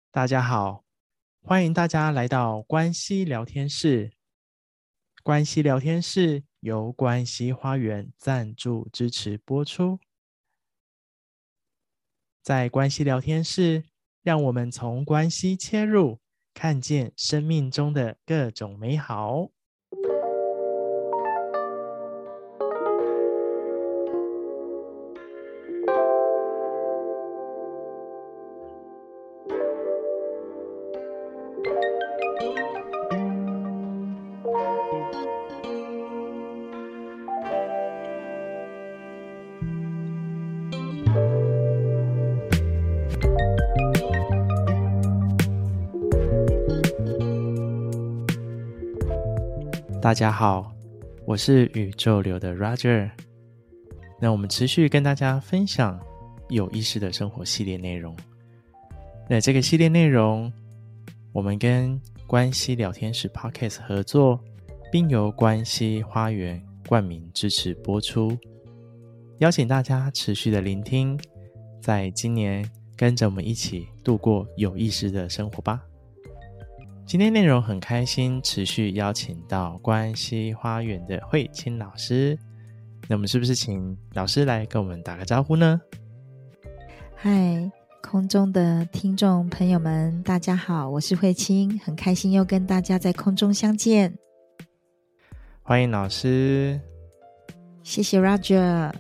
大家好，欢迎大家来到关系聊天室。关系聊天室由关系花园赞助支持播出。在关系聊天室，让我们从关系切入，看见生命中的各种美好。大家好，我是宇宙流的 Roger。那我们持续跟大家分享有意识的生活系列内容。那这个系列内容，我们跟关系聊天室 Podcast 合作，并由关系花园冠名支持播出。邀请大家持续的聆听，在今年跟着我们一起度过有意识的生活吧。今天内容很开心，持续邀请到关系花园的慧清老师。那我们是不是请老师来跟我们打个招呼呢？ 嗨，空中的听众朋友们，大家好，我是慧清，很开心又跟大家在空中相见。 欢迎老师。 谢谢 Roger。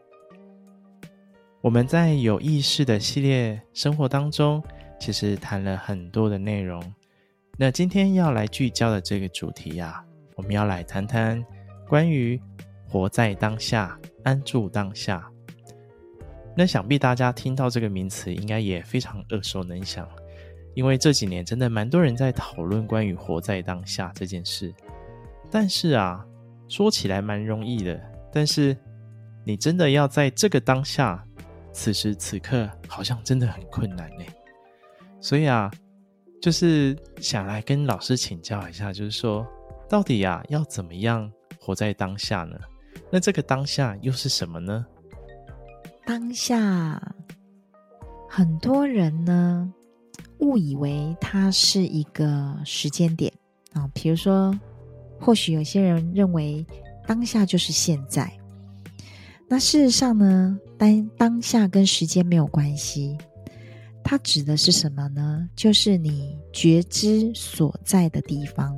我们在有意识的系列生活当中，其实谈了很多的内容。那今天要来聚焦的这个主题我们要来谈谈关于活在当下，安住当下。那想必大家听到这个名词应该也非常耳熟能详，因为这几年真的蛮多人在讨论关于活在当下这件事。但是说起来蛮容易的，但是你真的要在这个当下，此时此刻好像真的很困难耶。所以就是想来跟老师请教一下，就是说到底要怎么样活在当下呢？那这个当下又是什么呢？ 当下很多人呢误以为它是一个时间点比如说或许有些人认为当下就是现在，那事实上呢，当下跟时间没有关系。它指的是什么呢？就是你觉知所在的地方。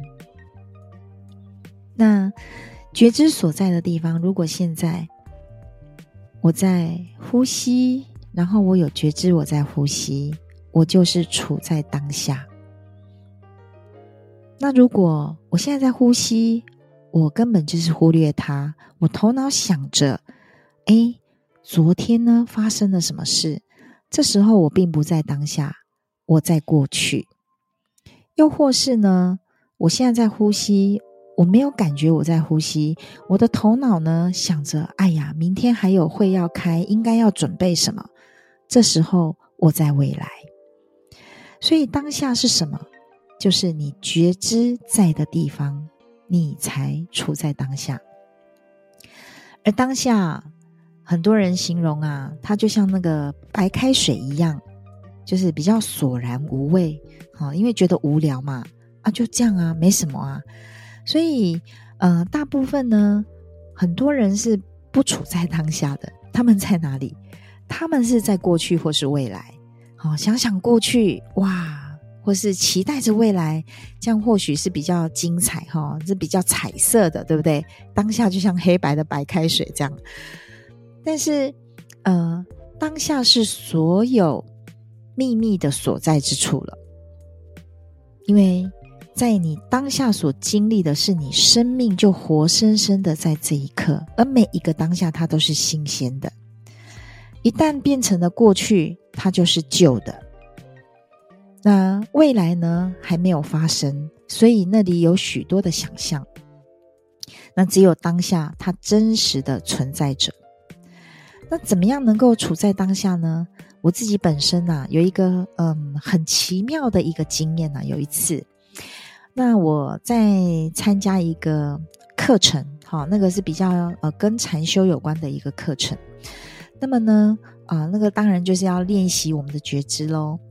那觉知所在的地方，如果现在我在呼吸，然后我有觉知我在呼吸，我就是处在当下。那如果我现在在呼吸，我根本就是忽略它，我头脑想着昨天呢发生了什么事，这时候我并不在当下，我在过去。又或是呢，我现在在呼吸，我没有感觉我在呼吸，我的头脑呢想着明天还有会要开，应该要准备什么，这时候我在未来。所以当下是什么？就是你觉知在的地方，你才处在当下。而当下很多人形容它就像那个白开水一样，就是比较索然无味因为觉得无聊嘛就这样没什么所以大部分呢，很多人是不处在当下的。他们在哪里？他们是在过去或是未来想想过去或是期待着未来，这样或许是比较精彩是比较彩色的，对不对？当下就像黑白的白开水这样。但是当下是所有秘密的所在之处了，因为在你当下所经历的是你生命就活生生的在这一刻，而每一个当下它都是新鲜的。一旦变成了过去，它就是旧的。那未来呢还没有发生，所以那里有许多的想象。那只有当下它真实的存在着。那怎么样能够处在当下呢？我自己本身有一个很奇妙的一个经验有一次，那我在参加一个课程那个是比较跟禅修有关的一个课程。那么呢那个当然就是要练习我们的觉知咯。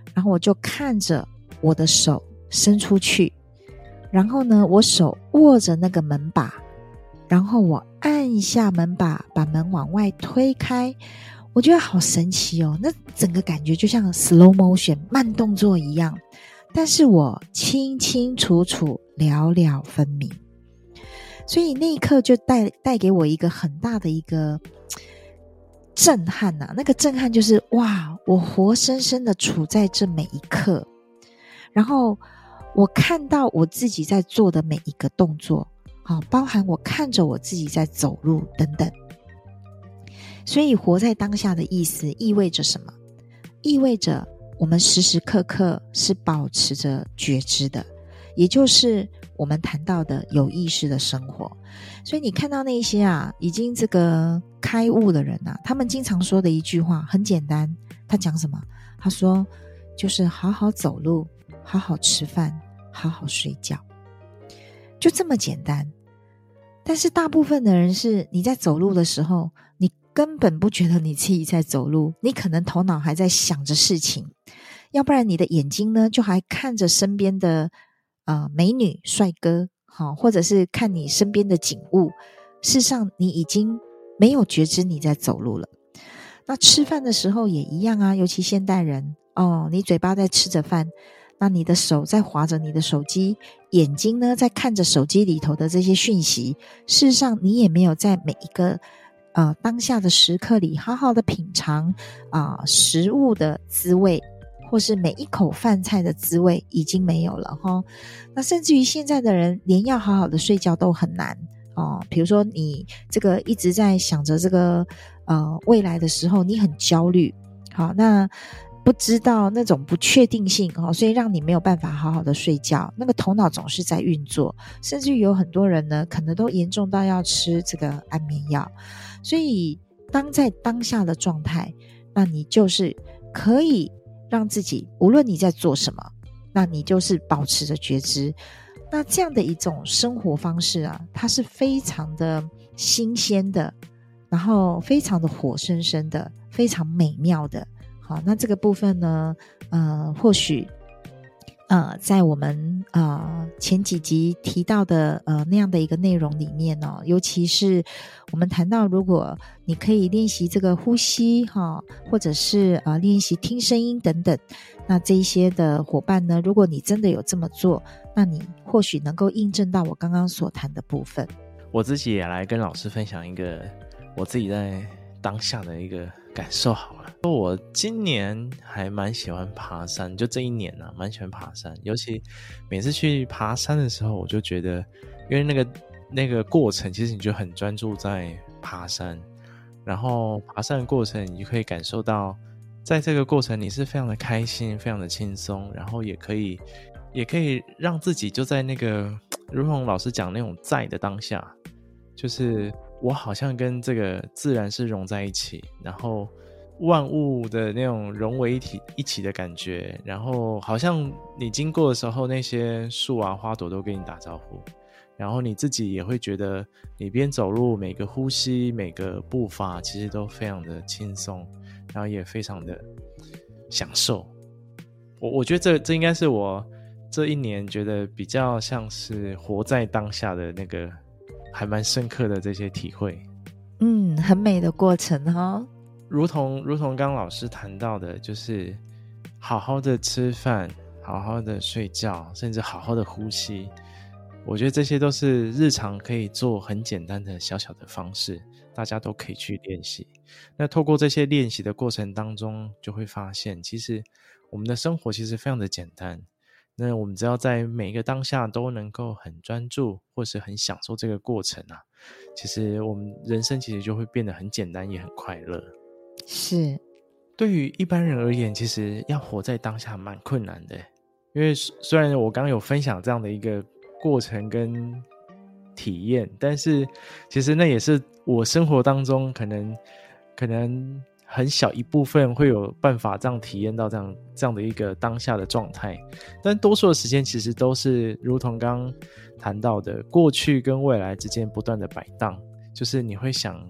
然后我就看着我的手伸出去，然后呢，我手握着那个门把，然后我按一下门把，把门往外推开。我觉得好神奇哦，那整个感觉就像 slow motion 慢动作一样，但是我清清楚楚，了了分明。所以那一刻就带给我一个很大的一个震撼啊，那个震撼就是哇，我活生生的处在这每一刻，然后我看到我自己在做的每一个动作，包含我看着我自己在走路等等。所以活在当下的意思意味着什么？意味着我们时时刻刻是保持着觉知的，也就是我们谈到的有意识的生活。所以你看到那些已经这个开悟的人他们经常说的一句话很简单，他讲什么？他说就是好好走路，好好吃饭，好好睡觉，就这么简单。但是大部分的人是你在走路的时候，你根本不觉得你自己在走路，你可能头脑还在想着事情，要不然你的眼睛呢就还看着身边的美女帅哥，或者是看你身边的景物，事实上你已经没有觉知你在走路了。那吃饭的时候也一样尤其现代人你嘴巴在吃着饭，那你的手在滑着你的手机，眼睛呢在看着手机里头的这些讯息，事实上你也没有在每一个当下的时刻里好好的品尝食物的滋味，或是每一口饭菜的滋味已经没有了那甚至于现在的人连要好好的睡觉都很难比如说你这个一直在想着这个未来的时候，你很焦虑，好，那不知道那种不确定性所以让你没有办法好好的睡觉，那个头脑总是在运作，甚至于有很多人呢可能都严重到要吃这个安眠药。所以在当下的状态，那你就是可以让自己无论你在做什么，那你就是保持着觉知。那这样的一种生活方式它是非常的新鲜的，然后非常的活生生的，非常美妙的。好，那这个部分呢或许在我们前几集提到的那样的一个内容里面尤其是我们谈到如果你可以练习这个呼吸或者是练习听声音等等，那这一些的伙伴呢，如果你真的有这么做，那你或许能够印证到我刚刚所谈的部分。 我自己也来跟老师分享一个我自己在当下的一个感受好了。我今年还蛮喜欢爬山，就这一年蛮喜欢爬山，尤其每次去爬山的时候，我就觉得因为那个过程其实你就很专注在爬山，然后爬山的过程你就可以感受到在这个过程你是非常的开心，非常的轻松，然后也可以让自己就在那个如同老师讲那种在的当下，就是我好像跟这个自然是融在一起，然后万物的那种融为一起的感觉，然后好像你经过的时候，那些树花朵都跟你打招呼，然后你自己也会觉得你边走路每个呼吸每个步伐其实都非常的轻松，然后也非常的享受。我觉得这应该是我这一年觉得比较像是活在当下的那个还蛮深刻的这些体会。 很美的过程如同刚刚老师谈到的，就是好好的吃饭，好好的睡觉，甚至好好的呼吸，我觉得这些都是日常可以做很简单的小小的方式，大家都可以去练习。那透过这些练习的过程当中，就会发现其实我们的生活其实非常的简单，那我们只要在每一个当下都能够很专注或是很享受这个过程其实我们人生其实就会变得很简单也很快乐。 是， 对于一般人而言，其实要活在当下蛮困难的，因为虽然我刚刚有分享这样的一个过程跟体验，但是其实那也是我生活当中可能很小一部分会有办法这样体验到这样的一个当下的状态，但多数的时间其实都是如同刚刚谈到的过去跟未来之间不断的摆荡，就是你会想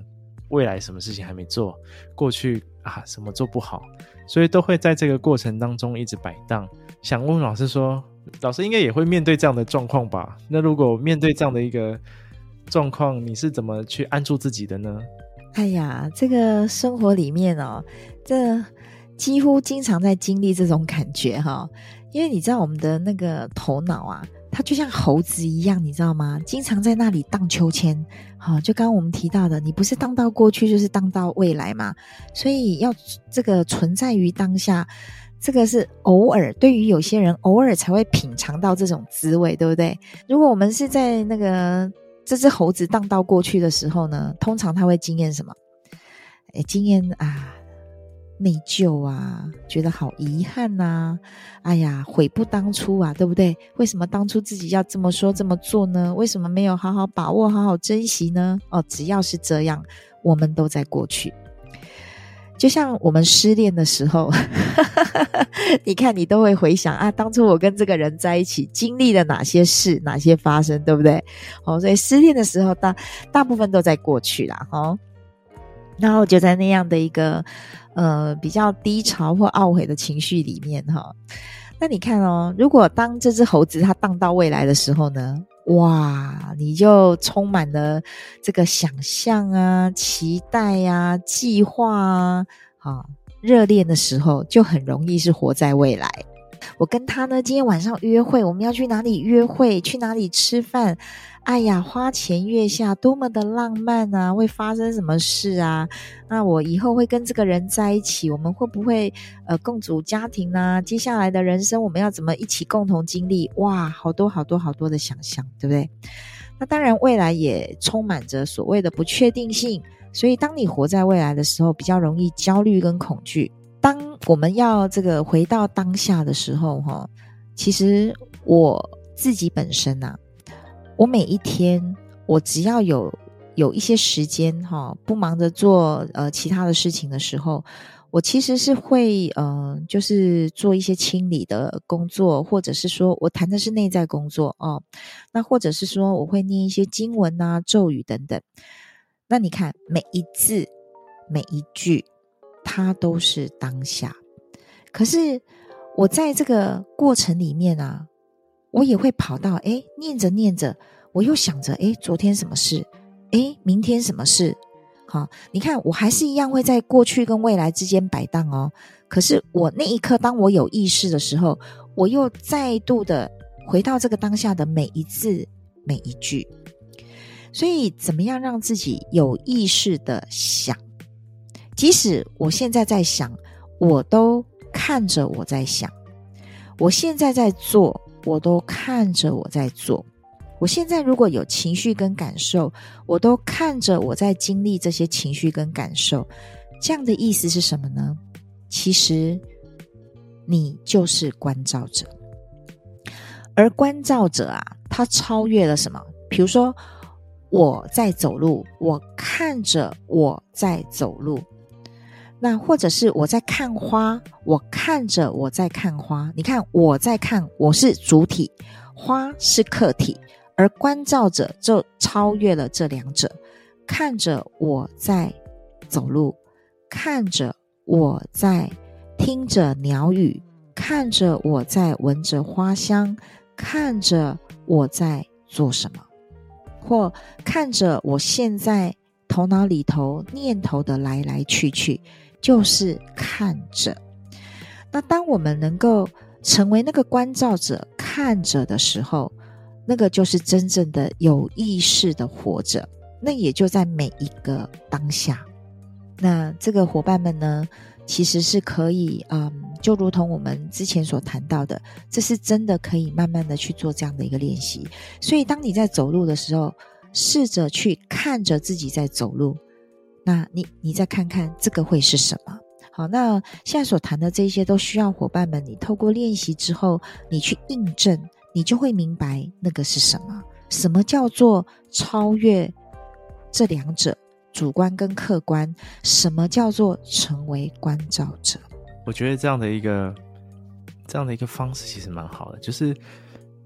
未来什么事情还没做，过去什么做不好，所以都会在这个过程当中一直摆荡。想问老师说，老师应该也会面对这样的状况吧？那如果面对这样的一个状况，你是怎么去安住自己的呢？ 哎呀，这个生活里面这几乎经常在经历这种感觉因为你知道我们的那个头脑它就像猴子一样，你知道吗？经常在那里荡秋千。就刚刚我们提到的，你不是荡到过去就是荡到未来嘛，所以要这个存在于当下，这个是偶尔，对于有些人偶尔才会品尝到这种滋味，对不对？如果我们是在那个这只猴子荡到过去的时候呢，通常他会经验什么？经验内疚觉得好遗憾哎呀，悔不当初对不对？为什么当初自己要这么说这么做呢？为什么没有好好把握好好珍惜呢？只要是这样，我们都在过去。就像我们失恋的时候你看你都会回想当初我跟这个人在一起经历了哪些事，哪些发生，对不对？所以失恋的时候大部分都在过去啦然后就在那样的一个比较低潮或懊悔的情绪里面那你看如果当这只猴子它荡到未来的时候呢，哇，你就充满了这个想象期待计划热恋的时候就很容易是活在未来。我跟他呢今天晚上约会，我们要去哪里约会，去哪里吃饭，哎呀，花前月下多么的浪漫会发生什么事那我以后会跟这个人在一起，我们会不会共组家庭接下来的人生我们要怎么一起共同经历，哇，好多好多好多的想象，对不对？那当然未来也充满着所谓的不确定性，所以当你活在未来的时候比较容易焦虑跟恐惧。当我们要这个回到当下的时候其实我自己本身我每一天我只要有一些时间不忙着做其他的事情的时候，我其实是会就是做一些清理的工作，或者是说我谈的是内在工作那或者是说我会念一些经文咒语等等。那你看每一字每一句它都是当下，可是我在这个过程里面我也会跑到念着念着我又想着昨天什么事，明天什么事。好，你看我还是一样会在过去跟未来之间摆荡可是我那一刻当我有意识的时候，我又再度的回到这个当下的每一字每一句。所以怎么样让自己有意识的想，即使我现在在想，我都看着我在想，我现在在做，我都看着我在做，我现在如果有情绪跟感受，我都看着我在经历这些情绪跟感受。这样的意思是什么呢？其实你就是观照者，而观照者他超越了什么？比如说我在走路，我看着我在走路，那或者是我在看花，我看着我在看花。你看我在看，我是主体，花是客体，而观照者就超越了这两者，看着我在走路，看着我在听着鸟语，看着我在闻着花香，看着我在做什么，或看着我现在头脑里头念头的来来去去，就是看着。那当我们能够成为那个观照者看着的时候，那个就是真正的有意识的活着，那也就在每一个当下。那这个伙伴们呢，其实是可以就如同我们之前所谈到的，这是真的可以慢慢的去做这样的一个练习。所以当你在走路的时候，试着去看着自己在走路，那你再看看这个会是什么。好，那现在所谈的这些都需要伙伴们你透过练习之后，你去印证，你就会明白那个是什么。什么叫做超越这两者，主观跟客观？什么叫做成为观照者？ 我觉得这样的一个方式其实蛮好的，就是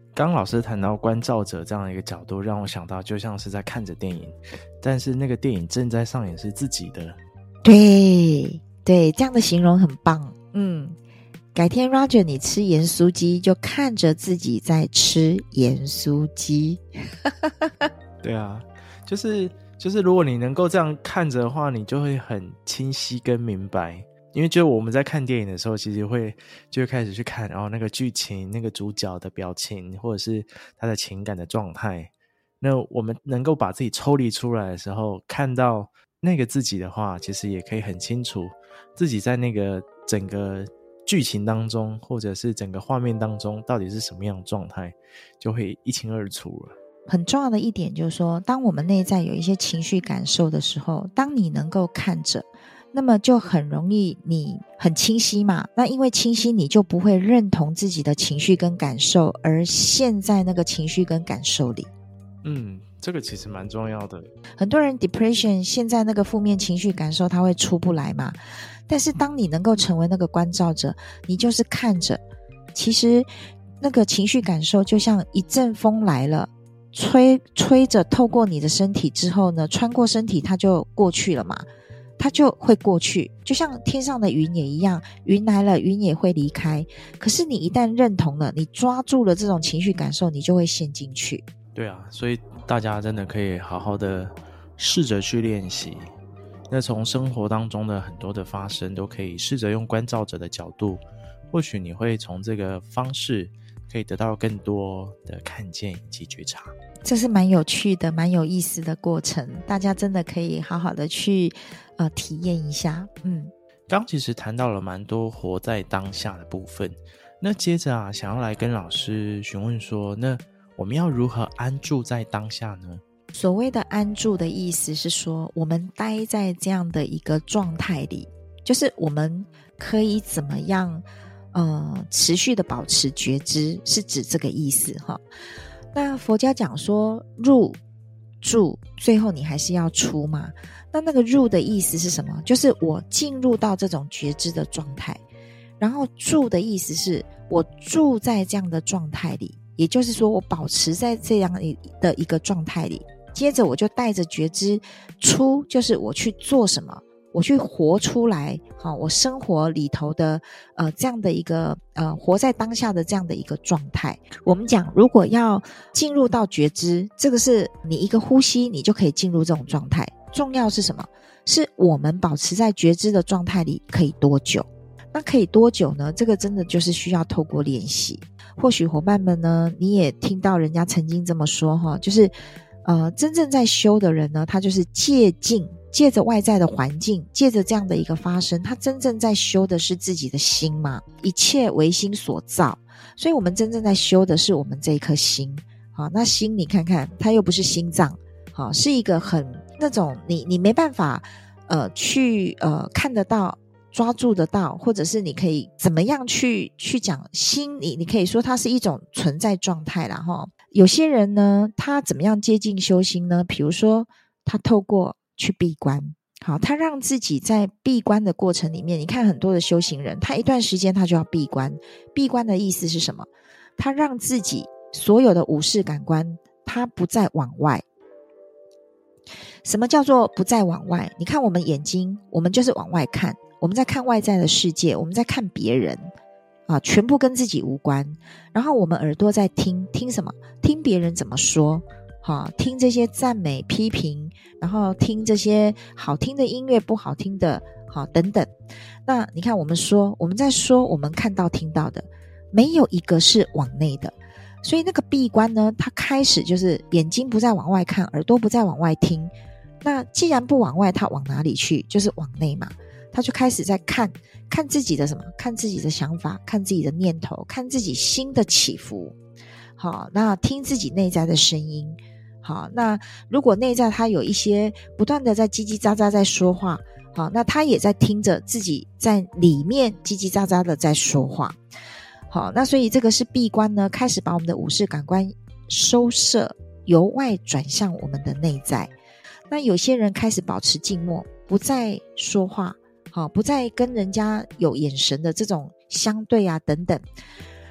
刚刚老师谈到观照者这样的一个角度，让我想到就像是在看着电影，但是那个电影正在上演是自己的。 对对，这样的形容很棒。改天 Roger 你吃盐酥鸡就看着自己在吃盐酥鸡。 对啊，就是如果你能够这样看着的话，你就会很清晰跟明白。因为就我们在看电影的时候，其实就会开始去看，然后那个剧情、那个主角的表情，或者是他的情感的状态。那我们能够把自己抽离出来的时候，看到那个自己的话，其实也可以很清楚自己在那个整个剧情当中，或者是整个画面当中到底是什么样的状态，就会一清二楚了。 很重要的一点就是说，当我们内在有一些情绪感受的时候，当你能够看着，那么就很容易你很清晰嘛，那因为清晰你就不会认同自己的情绪跟感受，而陷在那个情绪跟感受里。 这个其实蛮重要的。 很多人 depression 陷在那个负面情绪感受他会出不来嘛，但是当你能够成为那个观照者，你就是看着，其实那个情绪感受就像一阵风来了，吹着透过你的身体之后呢，穿过身体它就过去了嘛，它就会过去，就像天上的云也一样，云来了云也会离开，可是你一旦认同了，你抓住了这种情绪感受，你就会陷进去。 对啊，所以大家真的可以好好的试着去练习。那从生活当中的很多的发生，都可以试着用观照者的角度，或许你会从这个方式可以得到更多的看见以及觉察。 这是蛮有趣的蛮有意思的过程，大家真的可以好好的去体验一下。 刚其实谈到了蛮多活在当下的部分，那接着想要来跟老师询问说，那我们要如何安住在当下呢？ 所谓的安住的意思是说，我们待在这样的一个状态里，就是我们可以怎么样持续的保持觉知，是指这个意思哈。那佛家讲说入住，最后你还是要出嘛，那个入的意思是什么？就是我进入到这种觉知的状态，然后住的意思是我住在这样的状态里，也就是说我保持在这样的一个状态里，接着我就带着觉知出，就是我去做什么，我去活出来，我生活里头的这样的一个活在当下的这样的一个状态。我们讲如果要进入到觉知，这个是你一个呼吸你就可以进入这种状态，重要是什么？是我们保持在觉知的状态里可以多久。那可以多久呢？这个真的就是需要透过练习。或许伙伴们呢，你也听到人家曾经这么说就是真正在修的人呢，他就是借着外在的环境，借着这样的一个发生，他真正在修的是自己的心嘛，一切为心所造，所以我们真正在修的是我们这一颗心。好，那心你看看，它又不是心脏，好，是一个很那种你没办法去看得到抓住得到，或者是你可以怎么样去讲心，你可以说它是一种存在状态啦齁。有些人呢，他怎么样接近修心呢？比如说他透过去闭关，好，他让自己在闭关的过程里面，你看很多的修行人，他一段时间他就要闭关。闭关的意思是什么？他让自己所有的五识感官他不再往外。什么叫做不再往外？你看我们眼睛，我们就是往外看，我们在看外在的世界，我们在看别人全部跟自己无关。然后我们耳朵在听什么？听别人怎么说，听这些赞美批评，然后听这些好听的音乐，不好听的等等。那你看我们在说我们看到听到的，没有一个是往内的。所以那个闭关呢，它开始就是眼睛不再往外看，耳朵不再往外听。那既然不往外，它往哪里去？就是往内嘛。他就开始在看自己的什么？看自己的想法，看自己的念头，看自己心的起伏。好，那听自己内在的声音。好，那如果内在他有一些不断的在叽叽喳喳在说话，好，那他也在听着自己在里面叽叽喳喳的在说话。好，那所以这个是闭关呢，开始把我们的五识感官收摄，由外转向我们的内在。那有些人开始保持静默，不再说话，不再跟人家有眼神的这种相对等等。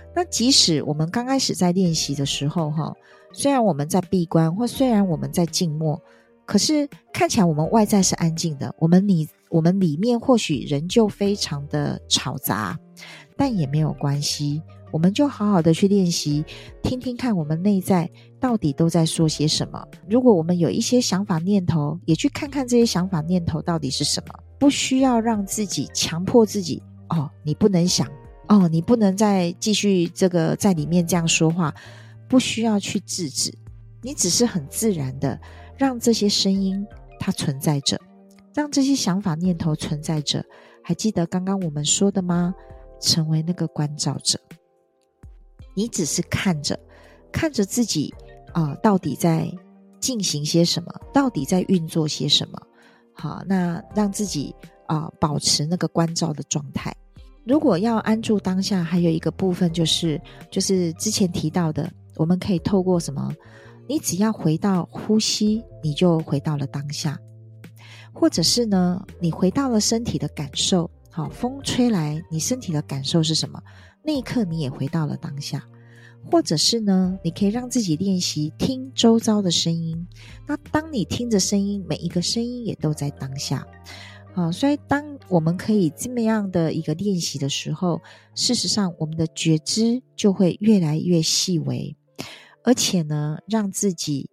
那即使我们刚开始在练习的时候虽然我们在闭关，或虽然我们在静默，可是看起来我们外在是安静的，我们里面或许仍旧非常的吵杂，但也没有关系，我们就好好的去练习，听听看我们内在到底都在说些什么。如果我们有一些想法念头，也去看看这些想法念头到底是什么，不需要让自己强迫自己你不能想你不能再继续在里面这样说话，不需要去制止，你只是很自然的让这些声音它存在着，让这些想法念头存在着。还记得刚刚我们说的吗？成为那个关照者，你只是看着自己到底在进行些什么，到底在运作些什么。好，那让自己保持那个关照的状态。如果要安住当下，还有一个部分就是之前提到的，我们可以透过什么？你只要回到呼吸，你就回到了当下。或者是呢，你回到了身体的感受，风吹来，你身体的感受是什么？那一刻你也回到了当下。或者是呢，你可以让自己练习听周遭的声音，那当你听着声音，每一个声音也都在当下。所以当我们可以这么样的一个练习的时候，事实上我们的觉知就会越来越细微，而且呢，让自己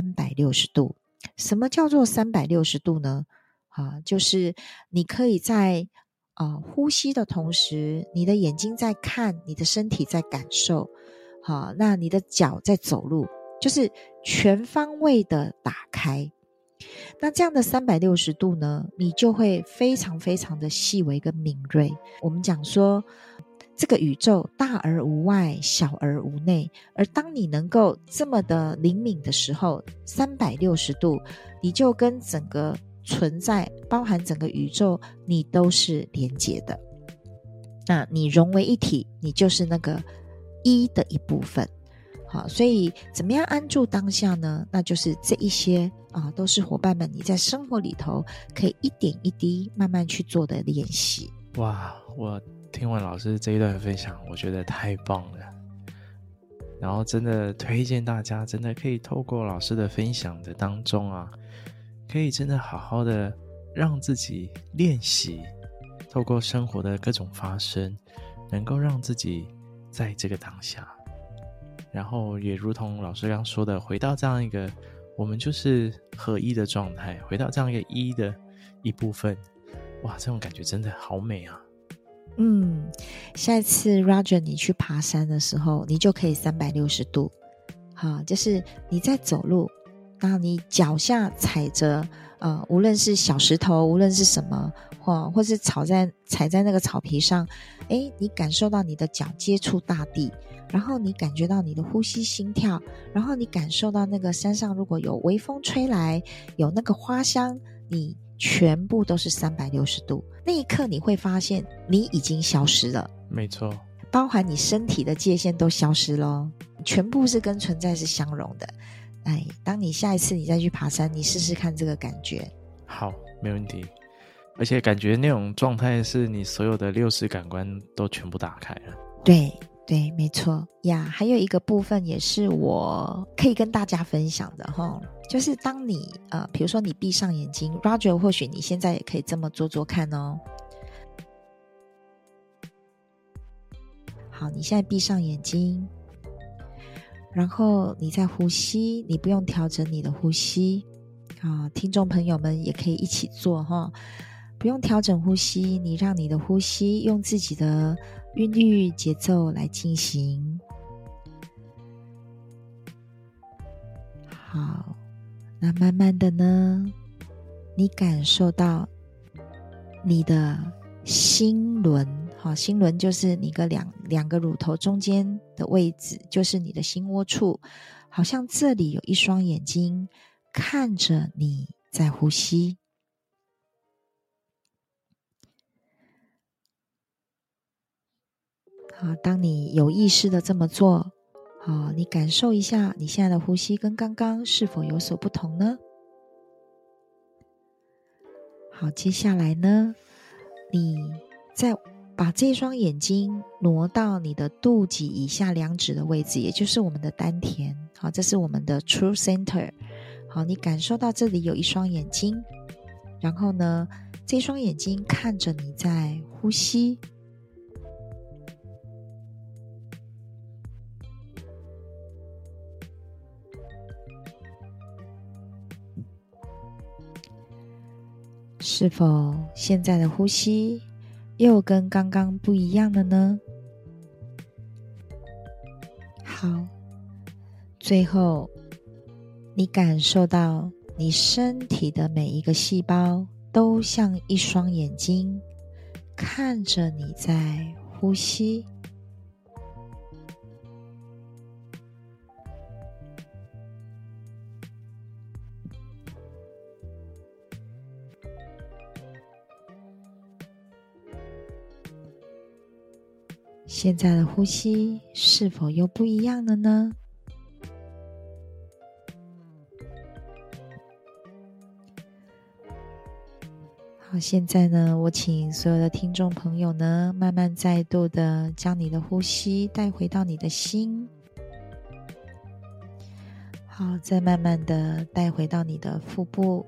360度。什么叫做360度呢？就是你可以在呼吸的同时，你的眼睛在看，你的身体在感受，那你的脚在走路，就是全方位的打开。那这样的360度呢，你就会非常非常的细微跟敏锐。我们讲说这个宇宙大而无外，小而无内，而当你能够这么的灵敏的时候，360度你就跟整个存在，包含整个宇宙，你都是连结的。那你融为一体，你就是那个一的一部分。好，所以怎么样安住当下呢？那就是这一些都是伙伴们你在生活里头可以一点一滴慢慢去做的练习。 哇，我听完老师这一段分享，我觉得太棒了。然后真的推荐大家，真的可以透过老师的分享的当中可以真的好好的让自己练习，透过生活的各种发生，能够让自己在这个当下。然后也如同老师刚说的，回到这样一个我们就是合一的状态，回到这样一个一的一部分，哇，这种感觉真的好美啊。 下一次 Roger 你去爬山的时候，你就可以360度。就是你在走路，然后你脚下踩着无论是小石头，无论是什么，或是踩在那个草皮上，你感受到你的脚接触大地，然后你感觉到你的呼吸心跳，然后你感受到那个山上如果有微风吹来，有那个花香，你全部都是360度。那一刻你会发现你已经消失了， 没错， 包含你身体的界限都消失咯，全部是跟存在是相融的。当你下一次你再去爬山，你试试看这个感觉。 好，没问题。而且感觉那种状态是你所有的60感官都全部打开了。 对，没错呀。还有一个部分也是我可以跟大家分享的就是当你比如说你闭上眼睛 Roger 或许你现在也可以这么做看哦。好，你现在闭上眼睛，然后你在呼吸，你不用调整你的呼吸听众朋友们也可以一起做不用调整呼吸，你让你的呼吸用自己的韵律节奏来进行。好，那慢慢的呢，你感受到你的心轮心轮就是你两个乳头中间的位置，就是你的心窝处，好像这里有一双眼睛看着你在呼吸。好，当你有意识的这么做，你感受一下你现在的呼吸跟刚刚是否有所不同呢？好，接下来呢，你再把这双眼睛挪到你的肚脐以下2指的位置，也就是我们的丹田。好，这是我们的 True Center。好，你感受到这里有一双眼睛，然后呢，这双眼睛看着你在呼吸。是否现在的呼吸又跟刚刚不一样了呢？好，最后你感受到你身体的每一个细胞都像一双眼睛，看着你在呼吸。现在的呼吸是否又不一样了呢？好，现在呢，我请所有的听众朋友呢，慢慢再度的将你的呼吸带回到你的心。好，再慢慢的带回到你的腹部。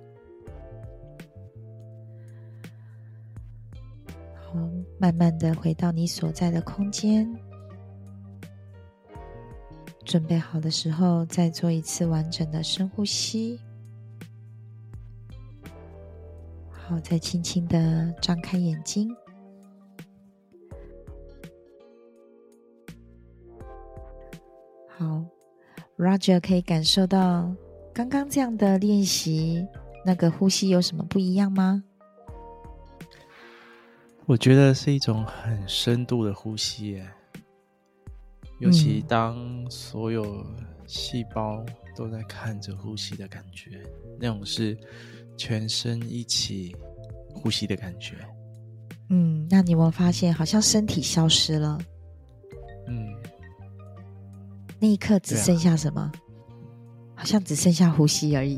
好，慢慢的回到你所在的空间。准备好的时候，再做一次完整的深呼吸。好，再轻轻的张开眼睛。好， Roger 可以感受到刚刚这样的练习，那个呼吸有什么不一样吗？ 我觉得是一种很深度的呼吸耶，尤其当所有细胞都在看着呼吸的感觉，那种是全身一起呼吸的感觉。 那你有没有发现好像身体消失了？那一刻只剩下什么？好像只剩下呼吸而已。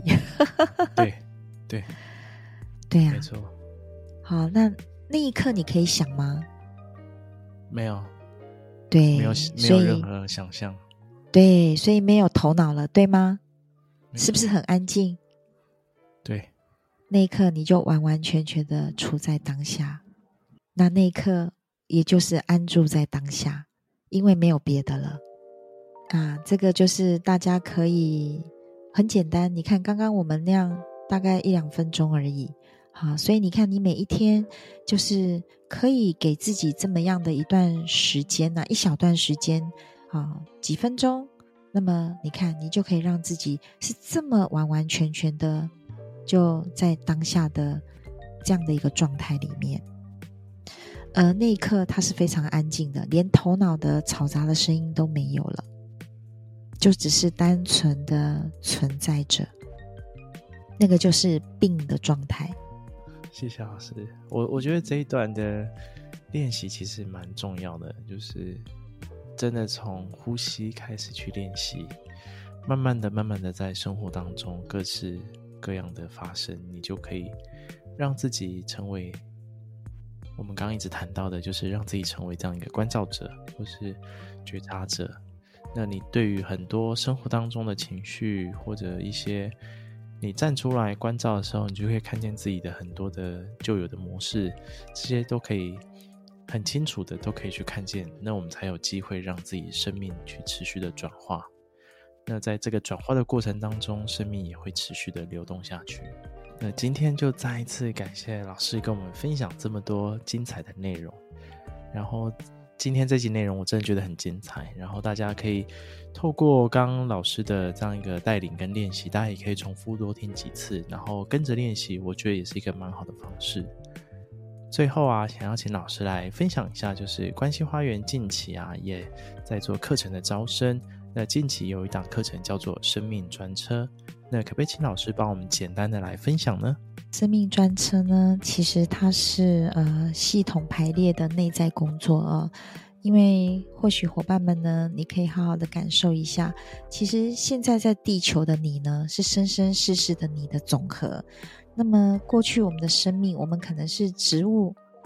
对啊， 没错。 好，那一刻你可以想吗？ 没有。 对， 没有任何想象。 对，所以没有头脑了，对吗？是不是很安静？ 对， 那一刻你就完完全全的处在当下，那一刻也就是安住在当下，因为没有别的了啊。这个就是大家可以很简单，你看刚刚我们那样大概1-2分钟而已。好，所以你看你每一天就是可以给自己这么样的一段时间一小段时间几分钟，那么你看你就可以让自己是这么完完全全的就在当下的这样的一个状态里面。那一刻它是非常安静的，连头脑的嘈杂的声音都没有了，就只是单纯的存在着，那个就是病的状态。 谢谢老师。我觉得这一段的练习其实蛮重要的，就是真的从呼吸开始去练习，慢慢的在生活当中各式各样的发生，你就可以让自己成为我们刚刚一直谈到的，就是让自己成为这样一个关照者或是觉察者。那你对于很多生活当中的情绪或者一些你站出来关照的时候，你就会看见自己的很多的旧有的模式，这些都可以很清楚的都可以去看见，那我们才有机会让自己生命去持续的转化。那在这个转化的过程当中，生命也会持续的流动下去。那今天就再一次感谢老师跟我们分享这么多精彩的内容，然后今天这集内容我真的觉得很精彩，然后大家可以透过刚刚老师的这样一个带领跟练习，大家也可以重复多听几次，然后跟着练习，我觉得也是一个蛮好的方式。最后想要请老师来分享一下，就是关系花园近期也在做课程的招生，那近期有一档课程叫做生命专车，那可不可以请老师帮我们简单的来分享呢？ 生命专车呢，其实它是系统排列的内在工作因为或许伙伴们呢，你可以好好的感受一下，其实现在在地球的你呢，是生生世世的你的总和。那么过去我们的生命，我们可能是植物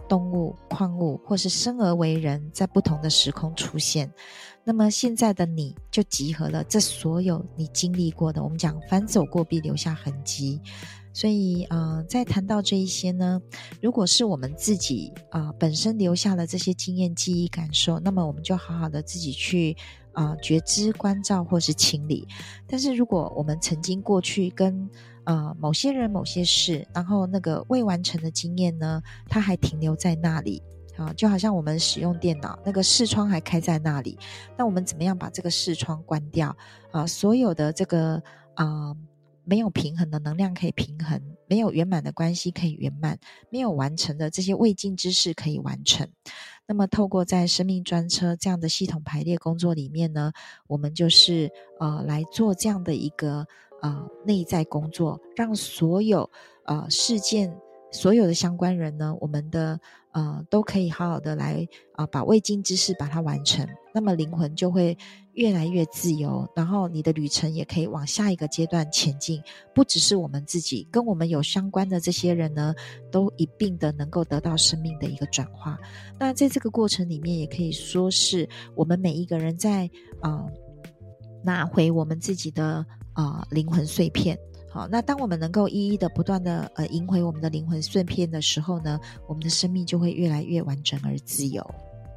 动物、矿物或是生而为人，在不同的时空出现。那么现在的你就集合了这所有你经历过的，我们讲凡走过必留下痕迹。所以在谈到这一些呢，如果是我们自己本身留下了这些经验、记忆、感受，那么我们就好好的自己去觉知、关照或是清理。但是如果我们曾经过去跟某些人、某些事，然后那个未完成的经验呢，它还停留在那里。就好像我们使用电脑，那个视窗还开在那里，那我们怎么样把这个视窗关掉所有的这个没有平衡的能量可以平衡，没有圆满的关系可以圆满，没有完成的这些未尽之事可以完成。那么透过在生命专车这样的系统排列工作里面呢，我们就是来做这样的一个内在工作，让所有事件所有的相关人呢，我们的都可以好好的来把未尽之事把它完成，那么灵魂就会越来越自由，然后你的旅程也可以往下一个阶段前进。不只是我们自己，跟我们有相关的这些人呢，都一并的能够得到生命的一个转化。那在这个过程里面，也可以说是我们每一个人在拿回我们自己的灵魂碎片。好，那当我们能够一一的不断的赢回我们的灵魂碎片的时候呢，我们的生命就会越来越完整而自由。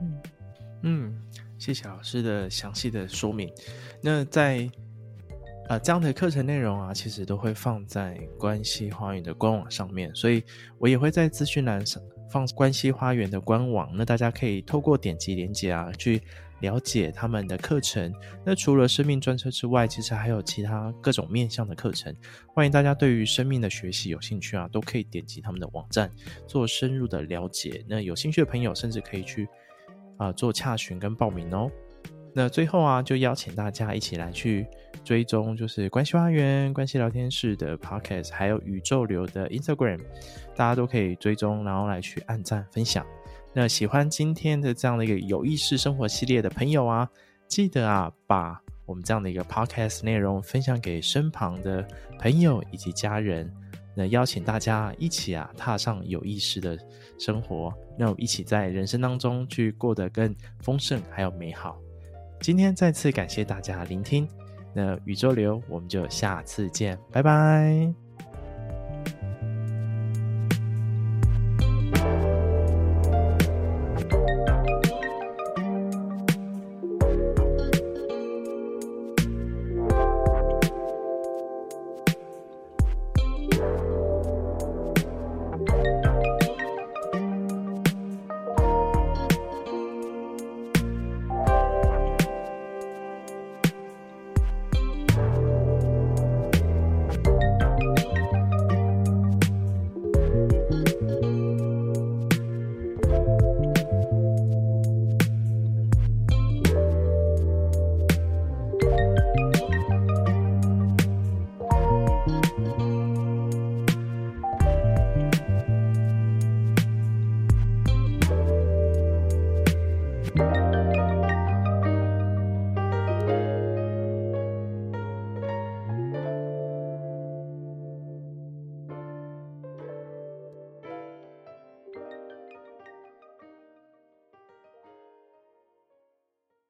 谢谢老师的详细的说明。那在这样的课程内容啊，其实都会放在关系花园的官网上面，所以我也会在资讯栏上放关系花园的官网，那大家可以透过点击连结去了解他们的课程。那除了生命专车之外，其实还有其他各种面向的课程，欢迎大家对于生命的学习有兴趣都可以点击他们的网站做深入的了解。那有兴趣的朋友甚至可以去做洽询跟报名哦。那最后就邀请大家一起来去追踪就是关系花园、关系聊天室的 Podcast， 还有宇宙流的 Instagram， 大家都可以追踪，然后来去按赞分享。那喜欢今天的这样的一个有意识生活系列的朋友记得把我们这样的一个 Podcast 内容分享给身旁的朋友以及家人。那邀请大家一起踏上有意识的生活，那我们一起在人生当中去过得更丰盛还有美好。今天再次感谢大家聆听，那宇宙流我们就下次见，拜拜。